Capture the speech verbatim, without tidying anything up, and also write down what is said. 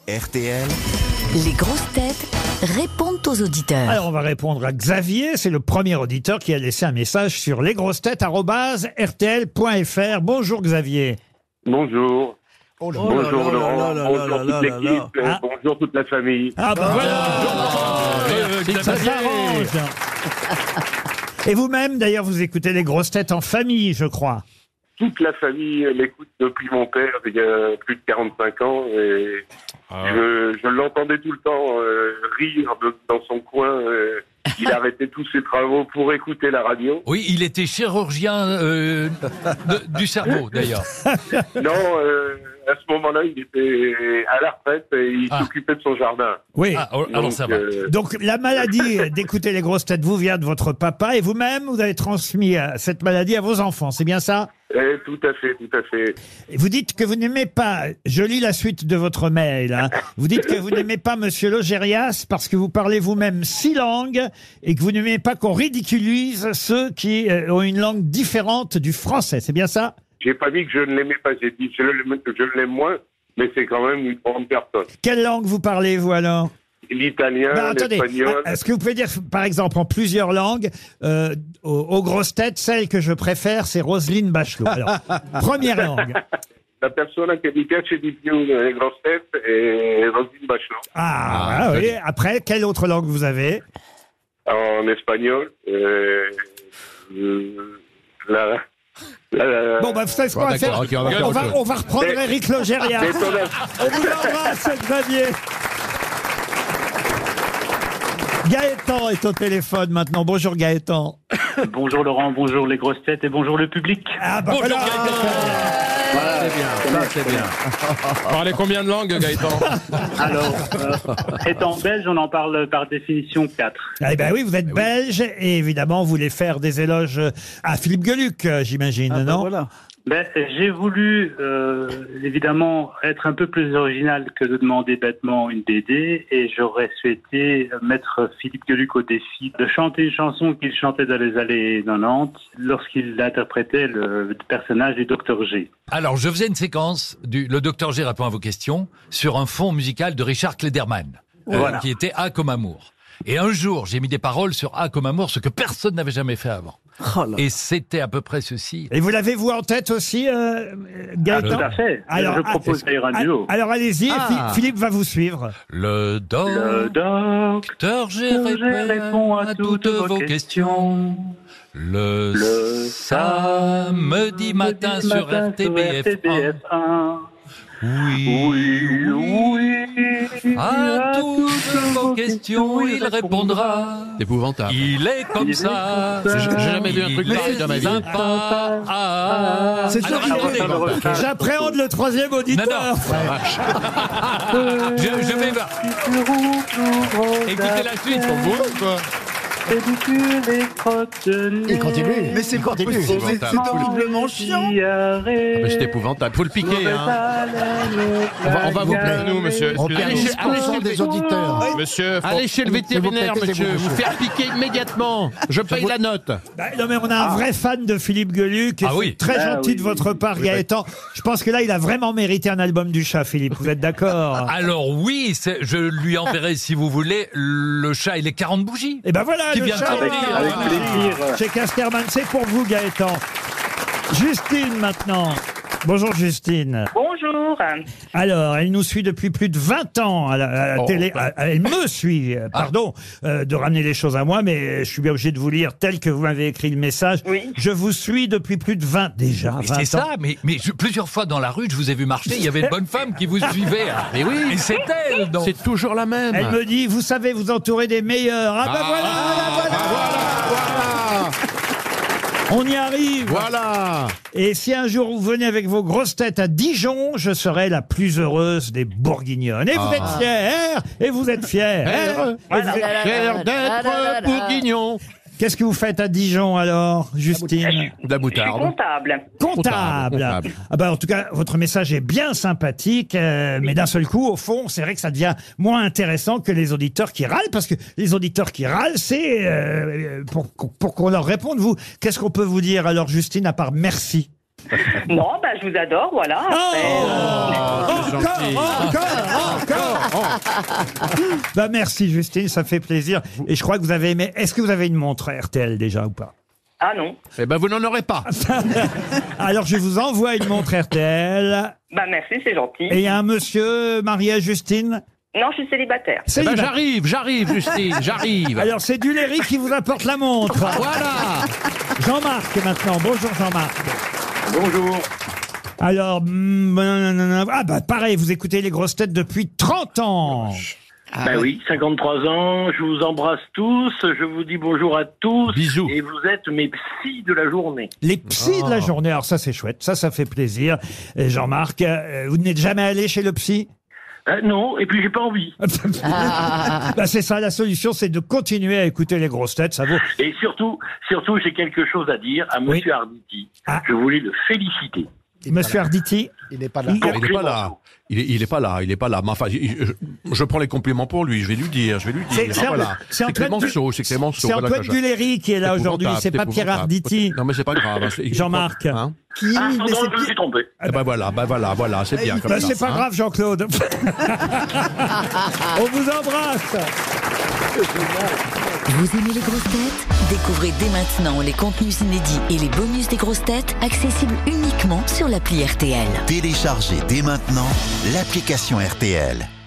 R T L. Les grosses têtes répondent aux auditeurs. Alors, on va répondre à Xavier. C'est le premier auditeur qui a laissé un message sur lesgrossetêtes arobase r t l point f r. Bonjour Xavier. Bonjour. Oh là Bonjour là là Laurent, là là bonjour là toute là là l'équipe, là. et Ah. bonjour toute la famille. Ah bah voilà, ça s'arrange. Et vous-même, d'ailleurs, vous écoutez les grosses têtes en famille, je crois. Toute la famille m'écoute depuis mon père il y a plus de quarante-cinq ans et je, je l'entendais tout le temps euh, rire de- dans son coin. euh, il arrêtait tous ses travaux pour écouter la radio. Oui, il était chirurgien euh, de- du cerveau, d'ailleurs. Non, euh, à ce moment-là, il était à la retraite et il Ah. s'occupait de son jardin. Oui. Ah, oh, alors Donc, ça va. euh, Donc, la maladie d'écouter les grosses têtes vous vient de votre papa et vous-même, vous avez transmis euh, cette maladie à vos enfants, c'est bien ça? eh, tout à fait, tout à fait. Et vous dites que vous n'aimez pas, je lis la suite de votre mail, hein. Vous dites que vous n'aimez pas Monsieur Logérias parce que vous parlez vous-même six langues et que vous n'aimez pas qu'on ridiculise ceux qui euh, ont une langue différente du français, c'est bien ça? J'ai pas dit que je ne l'aimais pas, j'ai dit que je l'aime- que je l'aime moins, mais c'est quand même une grande personne. Quelle langue vous parlez, vous, alors? L'italien, Bah, attendez, l'espagnol. est-ce que vous pouvez dire, par exemple, en plusieurs langues, euh, aux, aux grosses têtes, celle que je préfère, c'est Roselyne Bachelot. Alors, première langue. La persona che mi piace di più nelle grosses têtes è Roselyne Bachelot. Ah, voilà, oui. Après, quelle autre langue vous avez? En espagnol, euh, euh, la, la, la- Bon, bah, vous savez ce qu'on va faire? d'accord, ok, on va faire on, autre va, chose. on va reprendre Mais- Éric Logérias. mais ton- On vous embrasse, Xavier. Gaëtan est au téléphone maintenant. Bonjour Gaëtan. Bonjour Laurent, bonjour les grosses têtes et bonjour le public. Ah bah Bonjour, voilà. Gaëtan. C'est bien, ça c'est bien. Parlez combien de langues, Gaëtan? Alors, euh, étant belge, on en parle par définition quatre. Eh ben oui, vous êtes belge et évidemment vous voulez faire des éloges à Philippe Gueluc, euh, j'imagine, Ah, bah, non? voilà. Ben, j'ai voulu euh, évidemment être un peu plus original que de demander bêtement une B D et j'aurais souhaité mettre Philippe Gueluc au défi de chanter une chanson qu'il chantait dans les années quatre-vingt-dix lorsqu'il interprétait le personnage du Docteur G. Alors, je faisais une séquence du Le Docteur G répond à vos questions sur un fond musical de Richard Klederman, euh, Voilà. qui était A comme amour. Et un jour, j'ai mis des paroles sur A comme amour, ce que personne n'avait jamais fait avant. Oh là. Et c'était à peu près ceci. Et vous l'avez vous en tête aussi, euh, Gaëtan? Ah, tout à fait. Je propose d'ailleurs un ah, duo. Alors allez-y, et Ah. Phi- Philippe va vous suivre. Le Le Docteur G Docteur G répond à toutes vos questions. Le, Le samedi matin sur R T B F un. Oui, Oui, oui. à toutes vos questions, il répondra. C'est épouvantable. Il est comme ça. J'ai j'ai jamais vu un truc Il pareil est dans ma vie. sympa. Ah. C'est Alors, sûr, attendez. Dans le refrain. J'appréhende le troisième Non, auditeur. non. Je, je vais voir. Écoutez la suite. Il continue. Mais c'est pas possible. C'est c'est horriblement chiant. Ah, mais c'est épouvantable. Faut le piquer, hein. On va, on va vous plaindre, nous, monsieur. On perd Allez chez, dix pour allez cent chez- des auditeurs. Monsieur, allez chez le vétérinaire, S'il vous plaît, monsieur. taisez-vous, Vous monsieur. faire piquer immédiatement. Je paye la note. Bah, non mais on a un vrai fan de Philippe Gueluc. Et Ah c'est oui. très Ah gentil oui, de oui, votre part, Gaëtan. Je pense que là, il a vraiment mérité un album du chat, Philippe. Vous êtes d'accord? Alors oui, c'est- je lui enverrai, si vous voulez, le chat et les quarante bougies. Et ben voilà, Qui le vient de chat sortir. est- Avec plaisir. Chez Casterman, c'est pour vous, Gaëtan. Justine, maintenant. Bonjour, Justine. Bonjour. Alors, elle nous suit depuis plus de vingt ans à la, à la Oh, télé. bah. À- Elle me suit, euh, pardon, euh, de ramener les choses à moi, mais je suis bien obligé de vous lire tel que vous m'avez écrit le message. Oui. Je vous suis depuis plus de vingt, déjà, Mais vingt c'est ans. ça, mais, mais je- plusieurs fois dans la rue, je vous ai vu marcher, il y avait une bonne femme qui vous suivait. hein. Mais oui. Et c'est elle, donc. C'est toujours la même. Elle me dit, vous savez vous entourer des meilleurs. Ah, bah voilà, ah, bah voilà. On y arrive. Voilà. Et si un jour vous venez avec vos grosses têtes à Dijon, je serai la plus heureuse des Bourguignonnes. Et vous êtes fiers, et vous êtes fiers. Fier, Et vous êtes- fier d'être bourguignon. Qu'est-ce que vous faites à Dijon alors, Justine? De la Je suis moutarde. comptable. Comptable. Comptable. Ah bah en tout cas, votre message est bien sympathique, euh, mais d'un seul coup, au fond, c'est vrai que ça devient moins intéressant que les auditeurs qui râlent, parce que les auditeurs qui râlent, c'est euh, pour, pour qu'on leur réponde. Vous, qu'est-ce qu'on peut vous dire alors, Justine, à part merci? Non, bah, je vous adore, voilà. Après, euh, encore, encore, encore. Bah merci Justine, ça fait plaisir. Et je crois que vous avez aimé. Est-ce que vous avez une montre R T L déjà ou pas? Ah non. Eh ben, vous n'en aurez pas. Alors je vous envoie une montre R T L. Bah merci, c'est gentil. Et il y a un monsieur marié à Justine? Non, je suis célibataire. Eh ben, j'arrive, j'arrive, Justine, j'arrive. Alors c'est Duléry qui vous apporte la montre. Voilà. Jean-Marc maintenant. Bonjour Jean-Marc. Bonjour. Alors, mm, ah bah pareil, vous écoutez les grosses têtes depuis trente ans. Ah, ben oui, cinquante-trois ans, je vous embrasse tous, je vous dis bonjour à tous. Bisous. Et vous êtes mes psys de la journée. Les psys de la journée, alors ça c'est chouette, ça ça fait plaisir. Et Jean-Marc, euh, vous n'êtes jamais allé chez le psy? Euh, non, et puis j'ai pas envie. Bah, c'est ça, la solution, c'est de continuer à écouter les grosses têtes, ça vaut. Et surtout, surtout, j'ai quelque chose à dire à Monsieur Oui. Arditi. Ah. Je voulais le féliciter. Monsieur Arditi, Il n'est pas là. Il- Il est pas là. Il est, il est pas là. Il est pas là. Mais enfin, je, je- je prends les compliments pour lui. Je vais lui dire. Je vais lui C'est- dire. c'est Ah, voilà. Antoine- c'est C'est Antoine Clémenceau. C'est Clémenceau. c'est voilà, Antoine que je- Duléry qui est là C'est aujourd'hui, épouvantable, c'est pas Pierre épouvantable. Arditi. Non, mais c'est pas grave. hein, c'est- Jean-Marc. Hein Qui Ah, mais pardon, c'est je me suis trompé. Eh ben voilà, ben voilà, voilà, c'est bien comme Bah, ça. c'est pas hein. grave Jean-Claude. On vous embrasse. Vous aimez les grosses têtes? Découvrez dès maintenant les contenus inédits et les bonus des grosses têtes accessibles uniquement sur l'appli R T L. Téléchargez dès maintenant l'application R T L.